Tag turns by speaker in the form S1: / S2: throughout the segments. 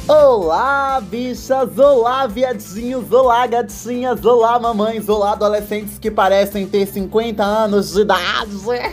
S1: Olá, bichas! Olá, viadinhos! Olá, gatinhas! Olá, mamães! Olá, adolescentes que parecem ter 50 anos de idade!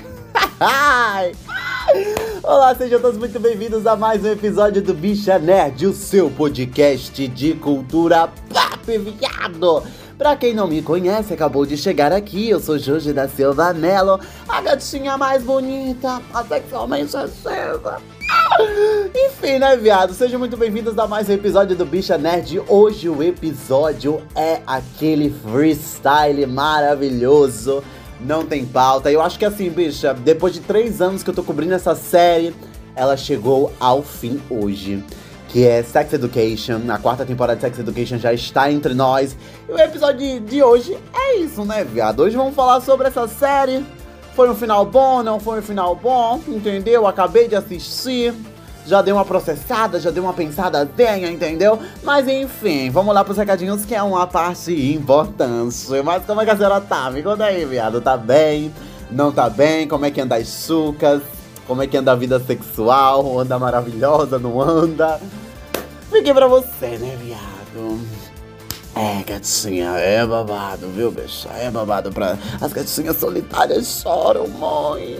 S1: Olá, sejam todos muito bem-vindos a mais um episódio do Bicha Nerd, o seu podcast de cultura pop, viado! Pra quem não me conhece, acabou de chegar aqui, eu sou Jorge da Silva Mello, a gatinha mais bonita, a sexualmente acesa. Enfim, né, viado? Sejam muito bem-vindos a mais um episódio do Bicha Nerd. Hoje o episódio é aquele freestyle maravilhoso, não tem pauta. Eu acho que assim, bicha, depois de 3 anos que eu tô cobrindo essa série, ela chegou ao fim hoje, que é Sex Education. A 4ª temporada de Sex Education já está entre nós. E o episódio de hoje é isso, né, viado? Hoje vamos falar sobre essa série. Foi um final bom, não foi um final bom, entendeu? Acabei de assistir, já dei uma processada, já dei uma pensada denha, entendeu? Mas enfim, vamos lá pros recadinhos, que é uma parte importante. Mas como é que a senhora tá? Me conta aí, viado. Tá bem? Não tá bem? Como é que anda as chucas? Como é que anda a vida sexual? Anda maravilhosa, não anda? Fiquei pra você, né, viado? É, gatinha, é babado, viu, bicha? É babado pra... As gatinhas solitárias choram, mãe.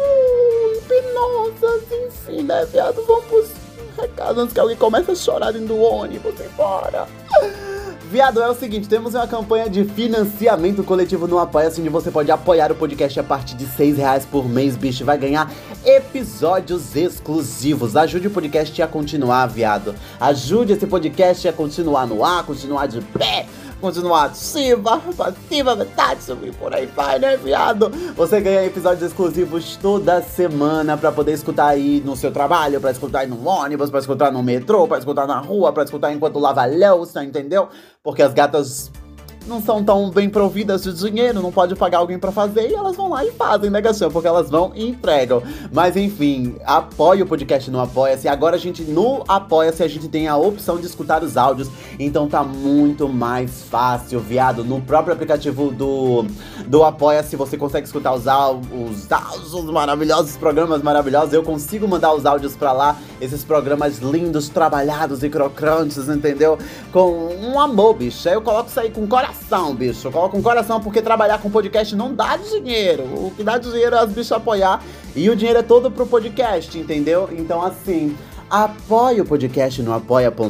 S1: Penosas, enfim, né, viado? Vamos pros recados antes que alguém comece a chorar dentro do ônibus, embora. Viado, é o seguinte, temos uma campanha de financiamento coletivo no Apoia-se, onde você pode apoiar o podcast a partir de R$6 por mês, bicho, vai ganhar episódios exclusivos. Ajude o podcast a continuar, viado. Ajude esse podcast a continuar no ar, continuar de pé, continuar ativa, passiva, metade, subir por aí vai, né, viado? Você ganha episódios exclusivos toda semana pra poder escutar aí no seu trabalho, pra escutar aí no ônibus, pra escutar no metrô, pra escutar na rua, pra escutar enquanto lava a louça, entendeu? Porque as gatas não são tão bem providas de dinheiro, não pode pagar alguém pra fazer, e elas vão lá e fazem, né, gatinha? Porque elas vão e entregam. Mas enfim, apoie o podcast no Apoia-se. Agora no Apoia-se a gente tem a opção de escutar os áudios, então tá muito mais fácil, viado. No próprio aplicativo do Apoia-se você consegue escutar os áudios maravilhosos, programas maravilhosos. Eu consigo mandar os áudios pra lá, esses programas lindos, trabalhados e crocantes, entendeu? Com um amor, bicho. Aí eu coloco isso aí com coração, bicho. Eu coloco um coração porque trabalhar com podcast não dá dinheiro. O que dá dinheiro é as bichas apoiar. E o dinheiro é todo pro podcast, entendeu? Então, assim, apoie o podcast no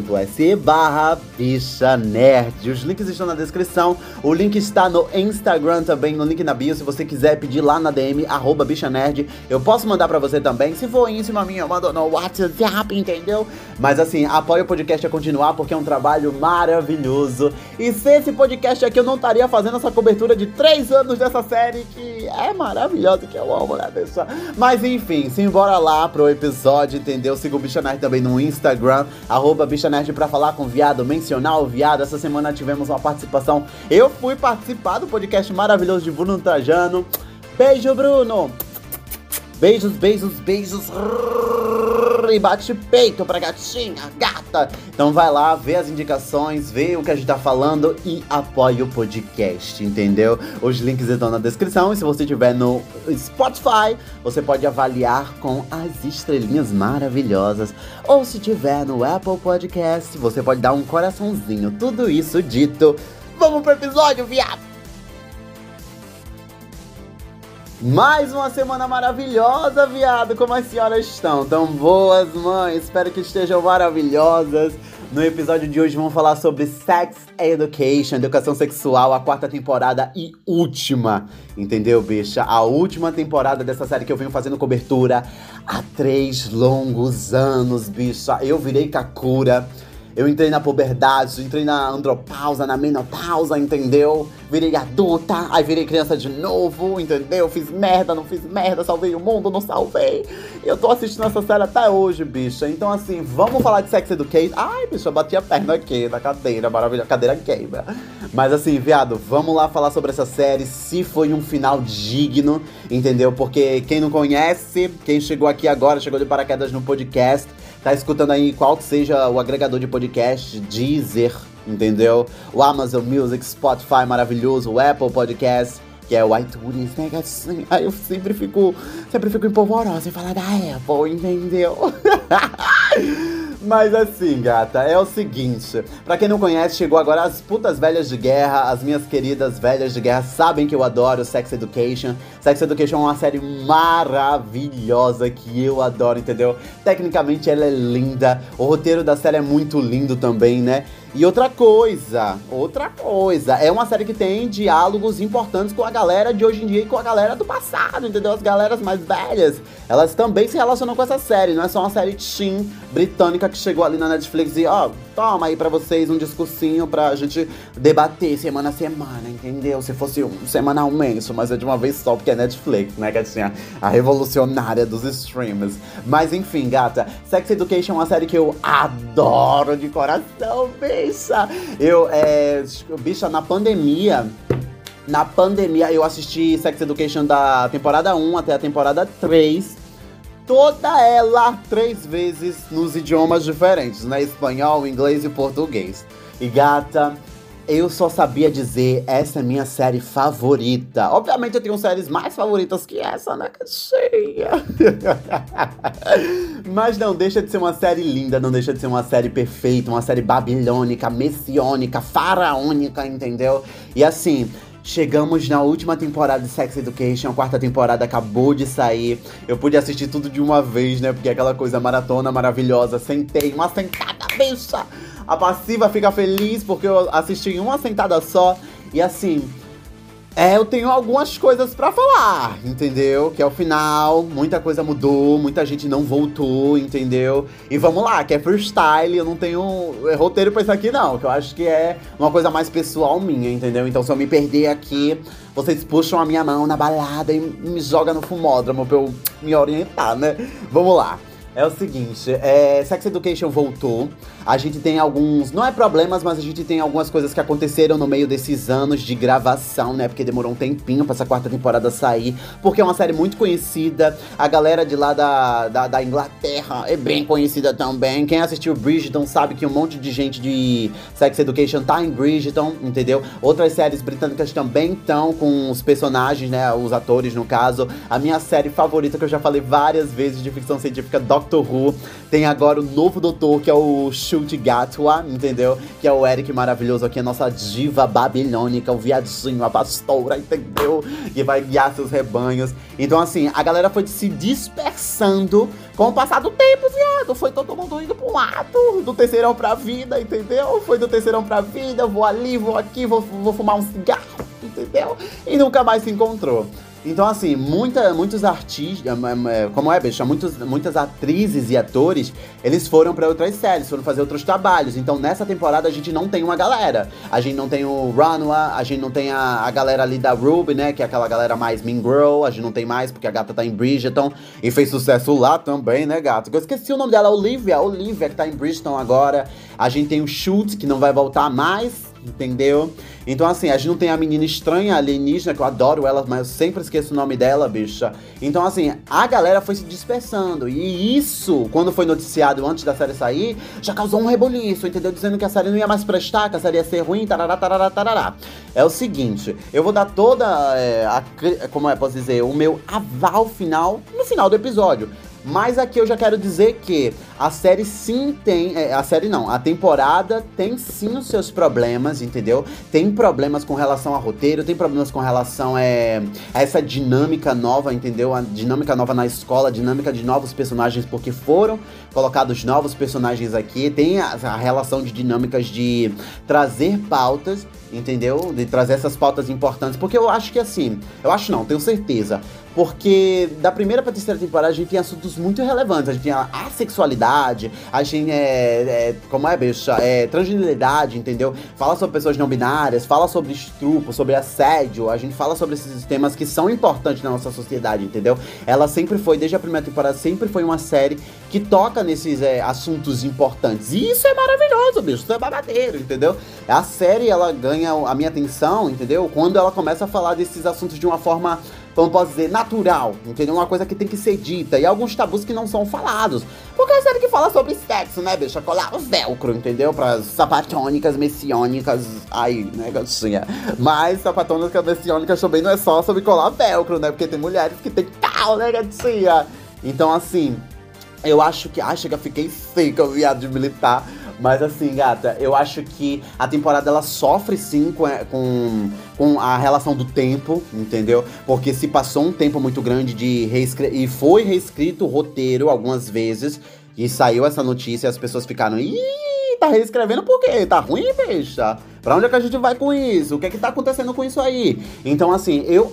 S1: apoia.se/bichanerd. Os links estão na descrição. O link está no Instagram também, no link na bio. Se você quiser pedir lá na DM, @bichanerd, eu posso mandar pra você também. Se for em cima minha, eu mando no WhatsApp, entendeu? Mas assim, apoie o podcast a continuar, porque é um trabalho maravilhoso. E sem esse podcast aqui, eu não estaria fazendo essa cobertura de 3 anos dessa série, que é maravilhosa, que eu amo, né, pessoal? Mas enfim, simbora lá pro episódio, entendeu? Siga o Bicha Nerd também no Instagram, @bichanerd, pra falar com o viado, mencionar o viado. Essa semana tivemos uma participação. Eu fui participar do podcast maravilhoso de Bruno Trajano. Beijo, Bruno! Beijos, beijos, beijos. E bate peito pra gatinha, gata. Então vai lá, vê as indicações, vê o que a gente tá falando e apoia o podcast, entendeu? Os links estão na descrição. E se você estiver no Spotify, você pode avaliar com as estrelinhas maravilhosas. Ou se tiver no Apple Podcast, você pode dar um coraçãozinho. Tudo isso dito, vamos pro episódio, viado! Mais uma semana maravilhosa, viado. Como as senhoras estão? Tão boas, mãe? Espero que estejam maravilhosas. No episódio de hoje vamos falar sobre Sex Education, educação sexual, a 4ª temporada e última. Entendeu, bicha? A última temporada dessa série que eu venho fazendo cobertura há 3 longos anos, bicha. Eu virei Kakura. Eu entrei na puberdade, entrei na andropausa, na menopausa, entendeu? Virei adulta, aí virei criança de novo, entendeu? Fiz merda, não fiz merda, salvei o mundo, não salvei. Eu tô assistindo essa série até hoje, bicha. Então, assim, vamos falar de Sex Education. Ai, bicha, eu bati a perna aqui na cadeira, maravilhosa, cadeira gamer. Mas, assim, viado, vamos lá falar sobre essa série, se foi um final digno, entendeu? Porque quem não conhece, quem chegou aqui agora, chegou de paraquedas no podcast, tá escutando aí qual que seja o agregador de podcast, Deezer, entendeu? O Amazon Music, Spotify maravilhoso, o Apple Podcast, que é o iTunes, né, gatinho? Aí eu sempre fico empolvorosa em falar da Apple, entendeu? Mas assim, gata, é o seguinte. Pra quem não conhece, chegou agora as putas velhas de guerra. As minhas queridas velhas de guerra sabem que eu adoro Sex Education. Sex Education é uma série maravilhosa que eu adoro, entendeu? Tecnicamente ela é linda. O roteiro da série é muito lindo também, né? E outra coisa, é uma série que tem diálogos importantes com a galera de hoje em dia e com a galera do passado, entendeu? As galeras mais velhas, elas também se relacionam com essa série, não é só uma série teen britânica que chegou ali na Netflix e, toma aí pra vocês um discursinho pra gente debater semana a semana, entendeu? Se fosse semanalmente, mas é de uma vez só, porque é Netflix, né, gatinha? A revolucionária dos streamers. Mas enfim, gata, Sex Education é uma série que eu adoro de coração, bicha. Bicha, na pandemia, eu assisti Sex Education da temporada 1 até a temporada 3. Toda ela 3 vezes nos idiomas diferentes, né? Espanhol, inglês e português. E gata, eu só sabia dizer, essa é minha série favorita. Obviamente eu tenho séries mais favoritas que essa, né, cheia. Mas não deixa de ser uma série linda, não deixa de ser uma série perfeita, uma série babilônica, messiônica, faraônica, entendeu? E assim, chegamos na última temporada de Sex Education, a 4ª temporada acabou de sair. Eu pude assistir tudo de uma vez, né? Porque é aquela coisa maratona maravilhosa. Sentei, uma sentada, bicha! A passiva fica feliz porque eu assisti em uma sentada só. E assim, eu tenho algumas coisas pra falar, entendeu? Que é o final, muita coisa mudou, muita gente não voltou, entendeu? E vamos lá, que é freestyle, eu não tenho roteiro pra isso aqui não, que eu acho que é uma coisa mais pessoal minha, entendeu? Então se eu me perder aqui, vocês puxam a minha mão na balada e me jogam no fumódromo pra eu me orientar, né? Vamos lá. É o seguinte, Sex Education voltou. A gente tem alguns, não é problemas, mas a gente tem algumas coisas que aconteceram no meio desses anos de gravação, né? Porque demorou um tempinho pra essa 4ª temporada sair. Porque é uma série muito conhecida. A galera de lá da Inglaterra é bem conhecida também. Quem assistiu Bridgerton sabe que um monte de gente de Sex Education tá em Bridgerton, entendeu? Outras séries britânicas também estão com os personagens, né? Os atores, no caso. A minha série favorita, que eu já falei várias vezes, de ficção científica, Doctor Who. Tem agora o novo doutor, que é o Ncuti Gatwa, entendeu? Que é o Eric maravilhoso aqui, a nossa diva babilônica, o viadinho, a pastora, entendeu? Que vai guiar seus rebanhos. Então, assim, a galera foi se dispersando com o passar do tempo, viado. Foi todo mundo indo pra um lado, do terceirão pra vida, entendeu? Foi do terceirão pra vida, eu vou ali, vou aqui, vou fumar um cigarro, entendeu? E nunca mais se encontrou. Então, assim, muitos artistas, como bicha? Muitas atrizes e atores, eles foram pra outras séries, foram fazer outros trabalhos. Então, nessa temporada, a gente não tem uma galera. A gente não tem o Ranwa, a gente não tem a galera ali da Ruby, né? Que é aquela galera mais Mean Girl. A gente não tem mais, porque a gata tá em Bridgerton. E fez sucesso lá também, né, gata? Eu esqueci o nome dela, Olivia, que tá em Bridgerton agora. A gente tem o Schultz, que não vai voltar mais, entendeu? Então, assim, a gente não tem a menina estranha, alienígena, que eu adoro ela, mas eu sempre esqueço o nome dela, bicha. Então, assim, a galera foi se dispersando. E isso, quando foi noticiado antes da série sair, já causou um reboliço, entendeu? Dizendo que a série não ia mais prestar, que a série ia ser ruim, tarará, tarará, tarará. É o seguinte, eu vou dar toda, posso dizer, o meu aval final no final do episódio. Mas aqui eu já quero dizer que a série sim tem... a temporada tem sim os seus problemas, entendeu? Tem problemas com relação a roteiro, tem problemas com relação a essa dinâmica nova, entendeu? A dinâmica nova na escola, a dinâmica de novos personagens, porque foram colocados novos personagens aqui. Tem a relação de dinâmicas de trazer pautas, entendeu? De trazer essas pautas importantes, porque eu acho que assim... Eu acho não, tenho certeza. Porque da primeira pra terceira temporada a gente tem assuntos muito relevantes. A gente tem a assexualidade, a gente bicha? Transgeneridade, entendeu? Fala sobre pessoas não binárias, fala sobre estupro, sobre assédio. A gente fala sobre esses temas que são importantes na nossa sociedade, entendeu? Ela sempre foi, desde a primeira temporada, sempre foi uma série que toca nesses assuntos importantes. E isso é maravilhoso, bicho. Isso é babadeiro, entendeu? A série, ela ganha a minha atenção, entendeu? Quando ela começa a falar desses assuntos de uma forma, como posso dizer, natural, entendeu? Uma coisa que tem que ser dita. E alguns tabus que não são falados. Porque é a série que fala sobre sexo, né, bicha? Colar o velcro, entendeu? Pras sapatônicas messiônicas aí, né, gatinha? Mas sapatônicas messiônicas também não é só sobre colar velcro, né? Porque tem mulheres que tem tal, né, gatinha? Então, assim... Eu acho que. Ai, chega, fiquei seca, viado de militar. Mas assim, gata, eu acho que a temporada ela sofre sim com a relação do tempo, entendeu? Porque se passou um tempo muito grande e foi reescrito o roteiro algumas vezes. E saiu essa notícia e as pessoas ficaram. Ih, tá reescrevendo por quê? Tá ruim, bicha? Pra onde é que a gente vai com isso? O que é que tá acontecendo com isso aí? Então, assim, eu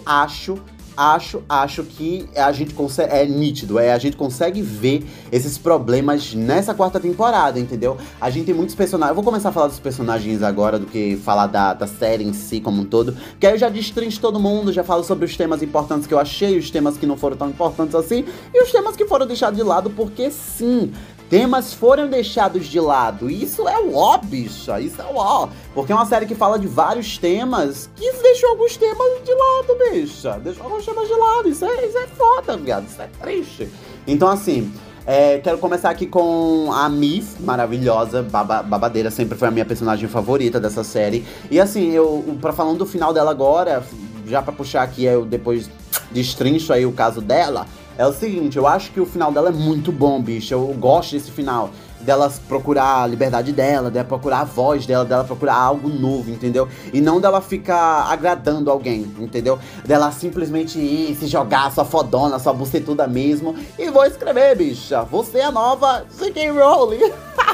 S1: acho que a gente consegue. É nítido, a gente consegue ver esses problemas nessa quarta temporada, entendeu? A gente tem muitos personagens. Eu vou começar a falar dos personagens agora do que falar da série em si como um todo. Que aí eu já destrincho todo mundo, já falo sobre os temas importantes que eu achei, os temas que não foram tão importantes assim, e os temas que foram deixados de lado, porque sim. Temas foram deixados de lado. Isso é o ó, bicha. Isso é o ó. Porque é uma série que fala de vários temas que deixou alguns temas de lado, bicha. Deixou alguns temas de lado. Isso é foda, viado. Isso é triste. Então, assim, quero começar aqui com a Miss, maravilhosa, babadeira. Sempre foi a minha personagem favorita dessa série. E, assim, pra falando do final dela agora, já pra puxar aqui, eu depois destrincho aí o caso dela. É o seguinte, eu acho que o final dela é muito bom, bicho. Eu gosto desse final. Dela procurar a liberdade dela procurar a voz dela procurar algo novo, entendeu? E não dela ficar agradando alguém, entendeu? Dela simplesmente ir, se jogar, sua fodona, sua bucetuda mesmo. E vou escrever, bicha. Você é a nova J.K. Rowling.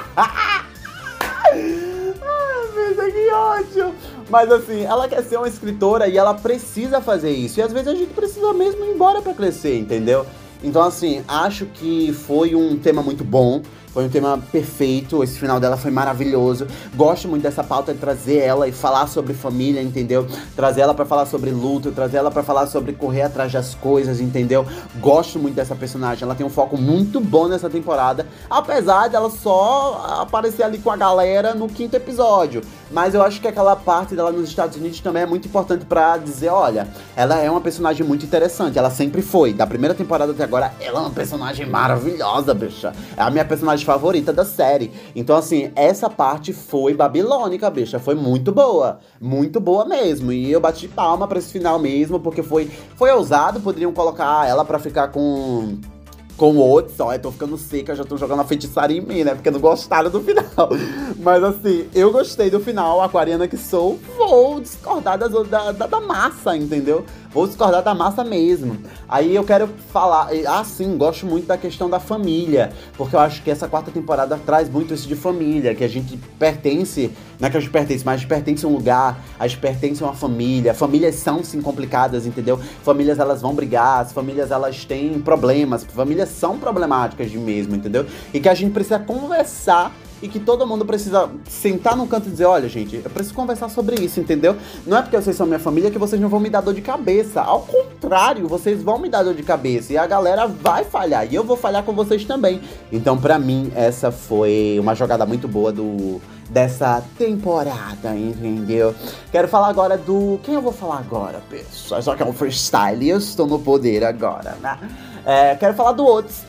S1: Ai, bicha, que ódio. Mas assim, ela quer ser uma escritora e ela precisa fazer isso. E às vezes a gente precisa mesmo ir embora pra crescer, entendeu? Então assim, acho que foi um tema muito bom. Foi um tema perfeito, esse final dela foi maravilhoso. Gosto muito dessa pauta de trazer ela e falar sobre família, entendeu? Trazer ela pra falar sobre luto, trazer ela pra falar sobre correr atrás das coisas, entendeu? Gosto muito dessa personagem, ela tem um foco muito bom nessa temporada. Apesar dela só aparecer ali com a galera no 5º episódio. Mas eu acho que aquela parte dela nos Estados Unidos também é muito importante pra dizer, olha, ela é uma personagem muito interessante, ela sempre foi. Da primeira temporada até agora, ela é uma personagem maravilhosa, bicha. É a minha personagem favorita da série. Então, assim, essa parte foi babilônica, bicha. Foi muito boa mesmo. E eu bati palma pra esse final mesmo, porque foi ousado. Poderiam colocar ela pra ficar com o Otis, ó, eu tô ficando seca, já tô jogando a feitiçaria em mim, né? Porque não gostaram do final. Mas assim, eu gostei do final, aquariana que sou, vou discordar da massa, entendeu? Vou discordar da massa mesmo. Aí eu quero falar, sim, gosto muito da questão da família, porque eu acho que essa quarta temporada traz muito isso de família, que a gente pertence, não é que a gente pertence, mas a gente pertence a um lugar, a gente pertence a uma família. Famílias são sim complicadas, entendeu? Famílias elas vão brigar, as famílias elas têm problemas, famílias são problemáticas de mesmo, entendeu? E que a gente precisa conversar e que todo mundo precisa sentar num canto e dizer, olha, gente, eu preciso conversar sobre isso, entendeu? Não é porque vocês são minha família que vocês não vão me dar dor de cabeça. Ao contrário, vocês vão me dar dor de cabeça e a galera vai falhar e eu vou falhar com vocês também. Então, pra mim, essa foi uma jogada muito boa dessa temporada, entendeu? Quero falar agora do... Quem eu vou falar agora, pessoal? Só que é um freestyle e eu estou no poder agora, né? Quero falar do Otis.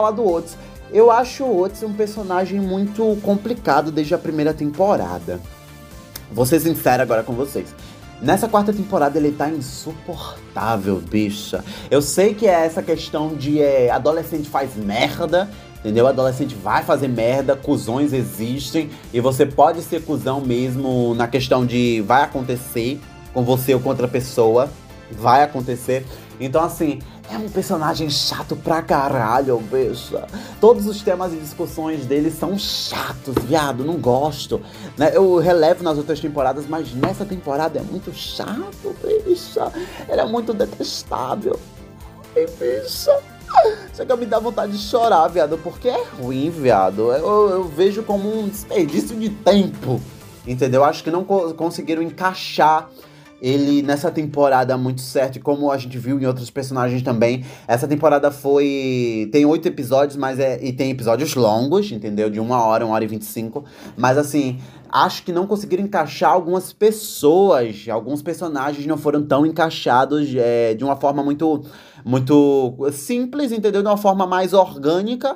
S1: Eu acho o Otis um personagem muito complicado desde a primeira temporada. Vou ser sincero agora com vocês. Nessa quarta temporada ele tá insuportável, bicha. Eu sei que é essa questão de adolescente faz merda, entendeu? Adolescente vai fazer merda, cuzões existem. E você pode ser cuzão mesmo na questão de vai acontecer com você ou com outra pessoa. Vai acontecer. Então assim... É um personagem chato pra caralho, bicha. Todos os temas e discussões dele são chatos, viado, não gosto. Né? Eu relevo nas outras temporadas, mas nessa temporada é muito chato, bicha. Ele é muito detestável. Ai, bicha. Chega a me dar vontade de chorar, viado, porque é ruim, viado. Eu vejo como um desperdício de tempo, entendeu? Acho que não conseguiram encaixar ele nessa temporada muito certo, e como a gente viu em outros personagens também. Essa temporada tem 8 episódios, mas e tem episódios longos, entendeu? De 1 hora, 1 hora e 25. Mas assim, acho que não conseguiram encaixar algumas pessoas, alguns personagens não foram tão encaixados de uma forma muito simples, entendeu? De uma forma mais orgânica.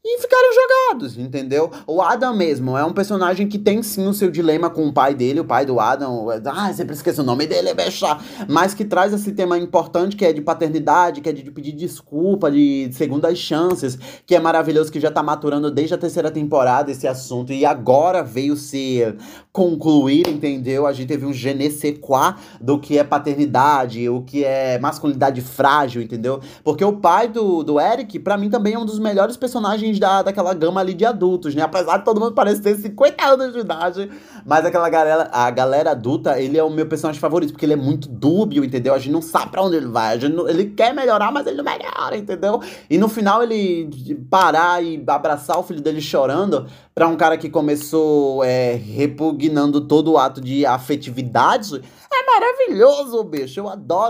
S1: e ficaram jogados, entendeu? O Adam mesmo é um personagem que tem sim o seu dilema com o pai dele, o pai do Adam, sempre esqueço o nome dele, bicha, mas que traz esse tema importante que é de paternidade, que é de pedir desculpa, de segundas chances, que é maravilhoso, que já tá maturando desde a terceira temporada esse assunto e agora veio se concluir, entendeu? A gente teve um je ne sais quoi do que é paternidade, o que é masculinidade frágil, entendeu? Porque o pai do Eric, pra mim, também é um dos melhores personagens daquela gama ali de adultos, né? Apesar de todo mundo parecer ter 50 anos de idade, mas a galera adulta, ele é o meu personagem favorito, porque ele é muito dúbio, entendeu? A gente não sabe pra onde ele vai, ele quer melhorar, mas ele não melhora, entendeu? E no final ele parar e abraçar o filho dele chorando, pra um cara que começou repugnando todo o ato de afetividade, é maravilhoso, bicho. Eu adoro.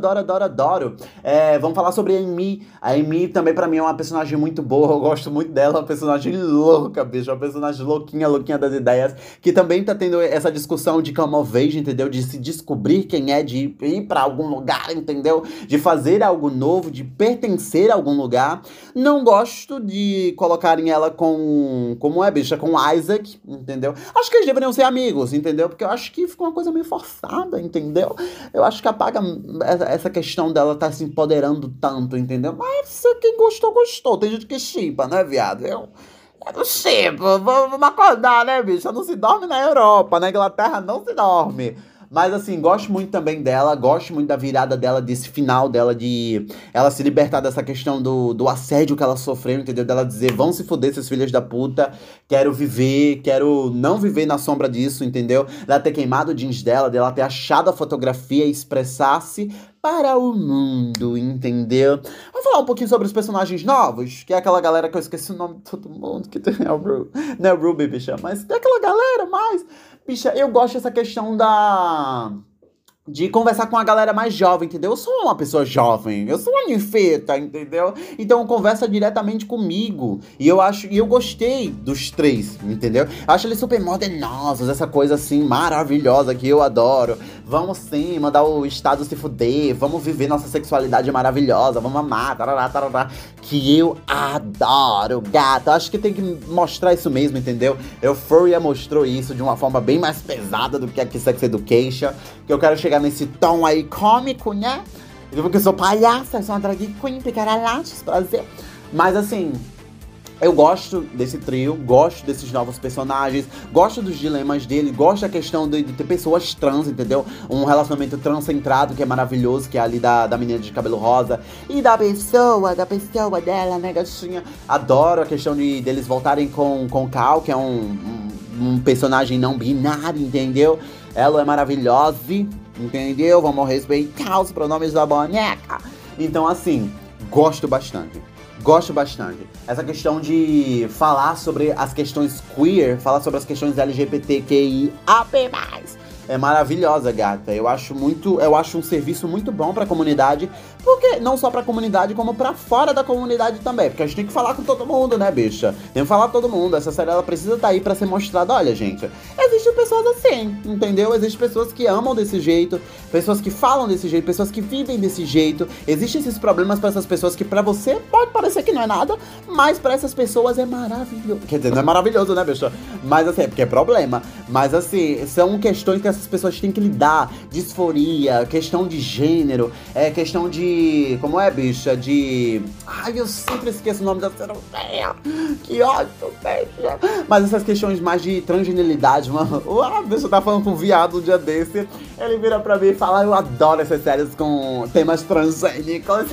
S1: Vamos falar sobre a Amy. A Amy também, pra mim, é uma personagem muito boa. Eu gosto muito dela. Uma personagem louca, bicho. Uma personagem louquinha das ideias. Que também tá tendo essa discussão de come of age, entendeu? De se descobrir quem é, de ir pra algum lugar, entendeu? De fazer algo novo, de pertencer a algum lugar. Não gosto de colocarem ela como bicha? Com Isaac, entendeu? Acho que eles deveriam ser amigos, entendeu? Porque eu acho que ficou uma coisa meio forçada, entendeu? Eu acho que apaga essa questão dela tá se empoderando tanto, entendeu? Mas quem gostou, gostou. Tem gente que chipa, né, viado? Eu não chipo. Vamos acordar, né, bicho? Não se dorme na Europa, na Inglaterra não se dorme. Mas, assim, gosto muito também dela, gosto muito da virada dela, desse final dela, de ela se libertar dessa questão do assédio que ela sofreu, entendeu? Dela dizer, vão se fuder, seus filhos da puta, quero não viver na sombra disso, entendeu? Dela ter queimado o jeans dela ter achado a fotografia e expressar-se para o mundo, entendeu? Vamos falar um pouquinho sobre os personagens novos, que é aquela galera que eu esqueci o nome de todo mundo, que tem não é o Ruby, bicha, mas tem aquela galera mais... Bicha, eu gosto dessa questão de conversar com a galera mais jovem, entendeu? Eu sou uma pessoa jovem, eu sou uma ninfeta, entendeu? Então conversa diretamente comigo. E eu gostei dos três, entendeu? Eu acho eles super modernosos, essa coisa assim maravilhosa que eu adoro. Vamos sim mandar o Estado se fuder, vamos viver nossa sexualidade maravilhosa, vamos amar, tarará, que eu adoro, gata. Eu acho que tem que mostrar isso mesmo, entendeu? Euphoria mostrou isso de uma forma bem mais pesada do que aqui Sex Education, que eu quero chegar nesse tom aí cômico, né? Porque eu sou palhaça, eu sou uma drag queen, picaralhaços, prazer. Mas assim, eu gosto desse trio, gosto desses novos personagens, gosto dos dilemas dele, gosto da questão de ter pessoas trans, entendeu? Um relacionamento transcentrado que é maravilhoso, que é ali da menina de cabelo rosa e da pessoa dela, né, gatinha? Adoro a questão deles voltarem com Cal, que é um personagem não binário, entendeu? Ela é maravilhosa, entendeu? Vamos respeitar os pronomes da boneca. Então, assim, gosto bastante. Essa questão de falar sobre as questões queer, falar sobre as questões LGBTQIAP+, é maravilhosa, gata. Eu acho um serviço muito bom pra comunidade, porque não só pra comunidade, como pra fora da comunidade também, porque a gente tem que falar com todo mundo, né, bicha? Tem que falar com todo mundo. Essa série, ela precisa estar aí pra ser mostrada. Olha, gente, existem pessoas assim, entendeu? Existem pessoas que amam desse jeito, pessoas que falam desse jeito, pessoas que vivem desse jeito. Existem esses problemas pra essas pessoas que pra você pode parecer que não é nada, mas pra essas pessoas é maravilhoso. Quer dizer, não é maravilhoso, né, bicha? Mas assim, é porque é problema. Mas assim, são questões que essas pessoas têm que lidar. Disforia, questão de gênero, questão de... Como é, bicha? Ai, eu sempre esqueço o nome da ceroveia. Que ódio, bicha. Mas essas questões mais de transgeneridade, mano. Bicha, eu tava falando com um viado um dia desse. Ele vira pra mim e fala, eu adoro essas séries com temas transgênicos.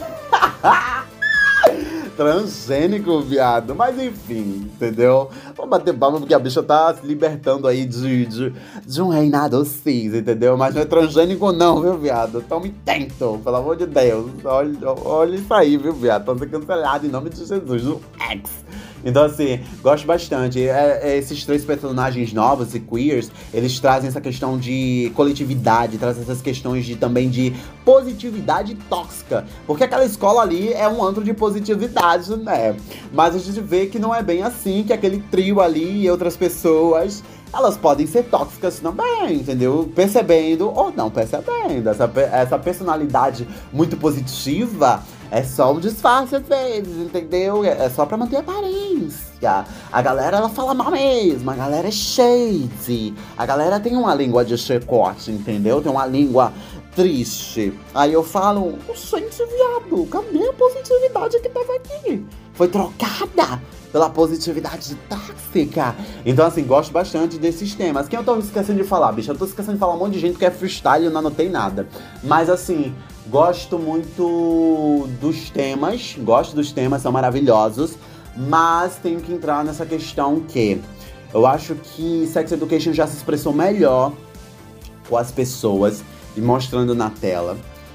S1: Transgênico, viado. Mas enfim, entendeu? Vamos bater palma porque a bicha tá se libertando aí de um reinado cis, entendeu? Mas não é transgênico não, viu, viado? Então me tento, pelo amor de Deus. Olha isso aí, viu, viado? Estão sendo cancelados em nome de Jesus, o X. Então, assim, gosto bastante. Esses três personagens novos e queers, eles trazem essa questão de coletividade, trazem essas questões também de positividade tóxica. Porque aquela escola ali é um antro de positividade, né? Mas a gente vê que não é bem assim, que aquele trio ali e outras pessoas, elas podem ser tóxicas também, entendeu? Percebendo ou não percebendo. Essa personalidade muito positiva, É só um disfarce às vezes, entendeu? É só pra manter a aparência. A galera, ela fala mal mesmo, a galera é shade. A galera tem uma língua de chicote, entendeu? Tem uma língua triste. Aí eu falo, gente, viado, cadê a positividade que tava aqui? Foi trocada pela positividade tóxica. Então, assim, gosto bastante desses temas. Quem eu tô esquecendo de falar, bicho? Eu tô esquecendo de falar um monte de gente que é freestyle e eu não anotei nada. Mas, assim, gosto muito dos temas. Gosto dos temas, são maravilhosos. Mas tenho que entrar nessa questão que eu acho que Sex Education já se expressou melhor com as pessoas e mostrando na tela.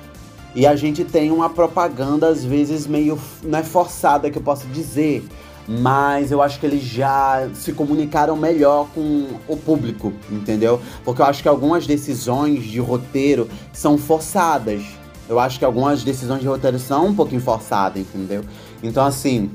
S1: E a gente tem uma propaganda, às vezes, meio, não é forçada que eu posso dizer, mas eu acho que eles já se comunicaram melhor com o público, entendeu? Porque eu acho que algumas decisões de roteiro são forçadas. Eu acho que algumas decisões de roteiro são um pouquinho forçadas, entendeu? Então, assim,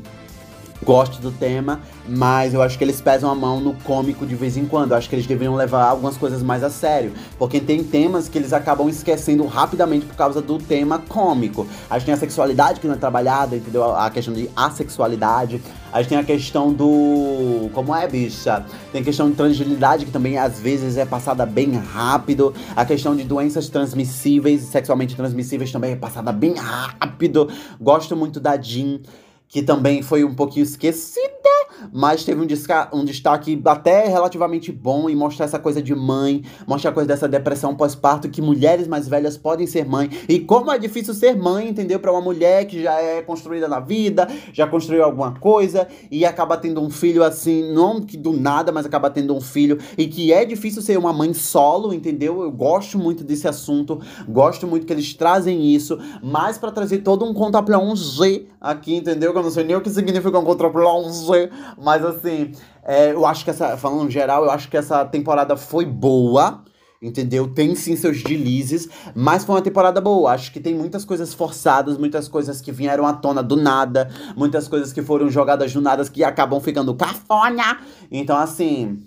S1: gosto do tema, mas eu acho que eles pesam a mão no cômico de vez em quando. Eu acho que eles deveriam levar algumas coisas mais a sério, porque tem temas que eles acabam esquecendo rapidamente por causa do tema cômico. A gente tem a sexualidade que não é trabalhada, entendeu? A questão de assexualidade. A gente tem a questão do... Como é, bicha? Tem a questão de transgeneridade, que também às vezes é passada bem rápido. A questão de doenças transmissíveis, sexualmente transmissíveis, também é passada bem rápido. Gosto muito da Jean, que também foi um pouquinho esquecida, mas teve um destaque até relativamente bom em mostrar essa coisa de mãe, mostrar a coisa dessa depressão pós-parto, que mulheres mais velhas podem ser mãe, e como é difícil ser mãe, entendeu? Pra uma mulher que já é construída na vida, já construiu alguma coisa, e acaba tendo um filho assim, não que do nada, mas acaba tendo um filho, e que é difícil ser uma mãe solo, entendeu? Eu gosto muito desse assunto, gosto muito que eles trazem isso, mas pra trazer todo um contraplongé aqui, entendeu? Eu não sei nem o que significa um contraplongé, mas assim, eu acho que falando em geral, eu acho que essa temporada foi boa, entendeu? Tem sim seus deslizes, mas foi uma temporada boa. Acho que tem muitas coisas forçadas, muitas coisas que vieram à tona do nada, muitas coisas que foram jogadas do nada que acabam ficando cafona. Então, assim,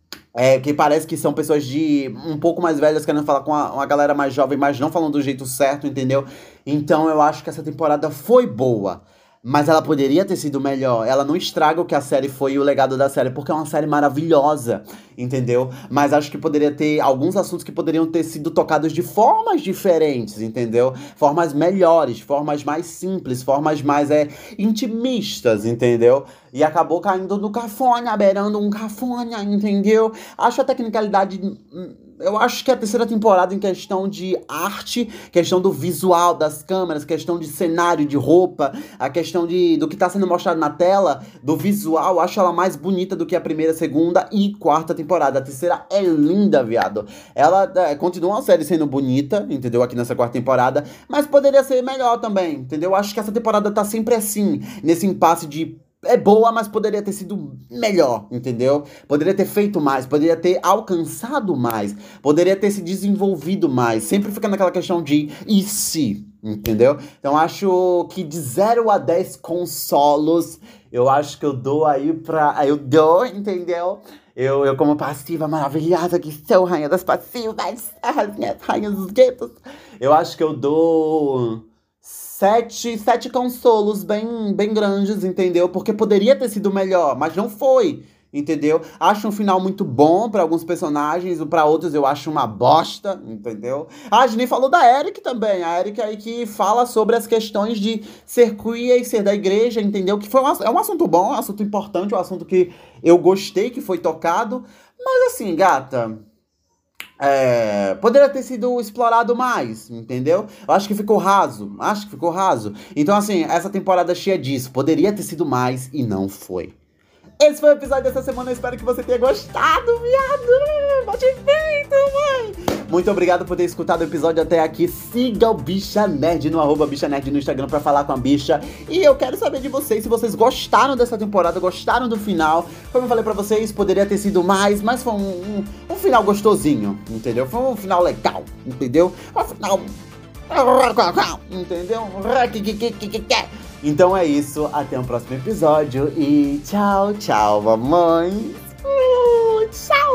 S1: que parece que são pessoas de um pouco mais velhas querendo falar com uma galera mais jovem, mas não falando do jeito certo, entendeu? Então eu acho que essa temporada foi boa, mas ela poderia ter sido melhor. Ela não estraga o que a série foi e o legado da série, porque é uma série maravilhosa, entendeu? Mas acho que poderia ter alguns assuntos que poderiam ter sido tocados de formas diferentes, entendeu? Formas melhores, formas mais simples, formas mais intimistas, entendeu? E acabou caindo no cafona, beirando um cafona, entendeu? Acho a tecnicalidade... Eu acho que a terceira temporada, em questão de arte, questão do visual das câmeras, questão de cenário, de roupa, a questão do que tá sendo mostrado na tela, do visual, acho ela mais bonita do que a primeira, segunda e quarta temporada. A terceira é linda, viado. Ela continua a série sendo bonita, entendeu? Aqui nessa quarta temporada, mas poderia ser melhor também, entendeu? Acho que essa temporada tá sempre assim, nesse impasse de... É boa, mas poderia ter sido melhor, entendeu? Poderia ter feito mais, poderia ter alcançado mais, poderia ter se desenvolvido mais. Sempre fica naquela questão de e se, entendeu? Então acho que de 0 a 10 consolos, eu acho que eu dou aí eu dou, entendeu? Eu como passiva maravilhosa, que sou rainha das passivas, as minhas rainhas dos guetos, eu acho que eu dou... Sete consolos bem grandes, entendeu? Porque poderia ter sido melhor, mas não foi, entendeu? Acho um final muito bom pra alguns personagens, pra outros eu acho uma bosta, entendeu? A gente nem falou da Eric também, a Eric aí que fala sobre as questões de ser queer e ser da igreja, entendeu? Que é um assunto bom, é um assunto importante, é um assunto que eu gostei, que foi tocado, mas assim, gata... poderia ter sido explorado mais, entendeu? Eu acho que ficou raso, Então, assim, essa temporada cheia disso, poderia ter sido mais e não foi. Esse foi o episódio dessa semana, eu espero que você tenha gostado, viado! Bate feito, mãe! Muito obrigado por ter escutado o episódio até aqui. Siga o Bicha Nerd no @BichaNerd no Instagram pra falar com a bicha. E eu quero saber de vocês se vocês gostaram dessa temporada, gostaram do final. Como eu falei pra vocês, poderia ter sido mais, mas foi um final gostosinho, entendeu? Foi um final legal, entendeu? Um final... Entendeu? Então é isso, até o próximo episódio e tchau, tchau, mamãe. Tchau.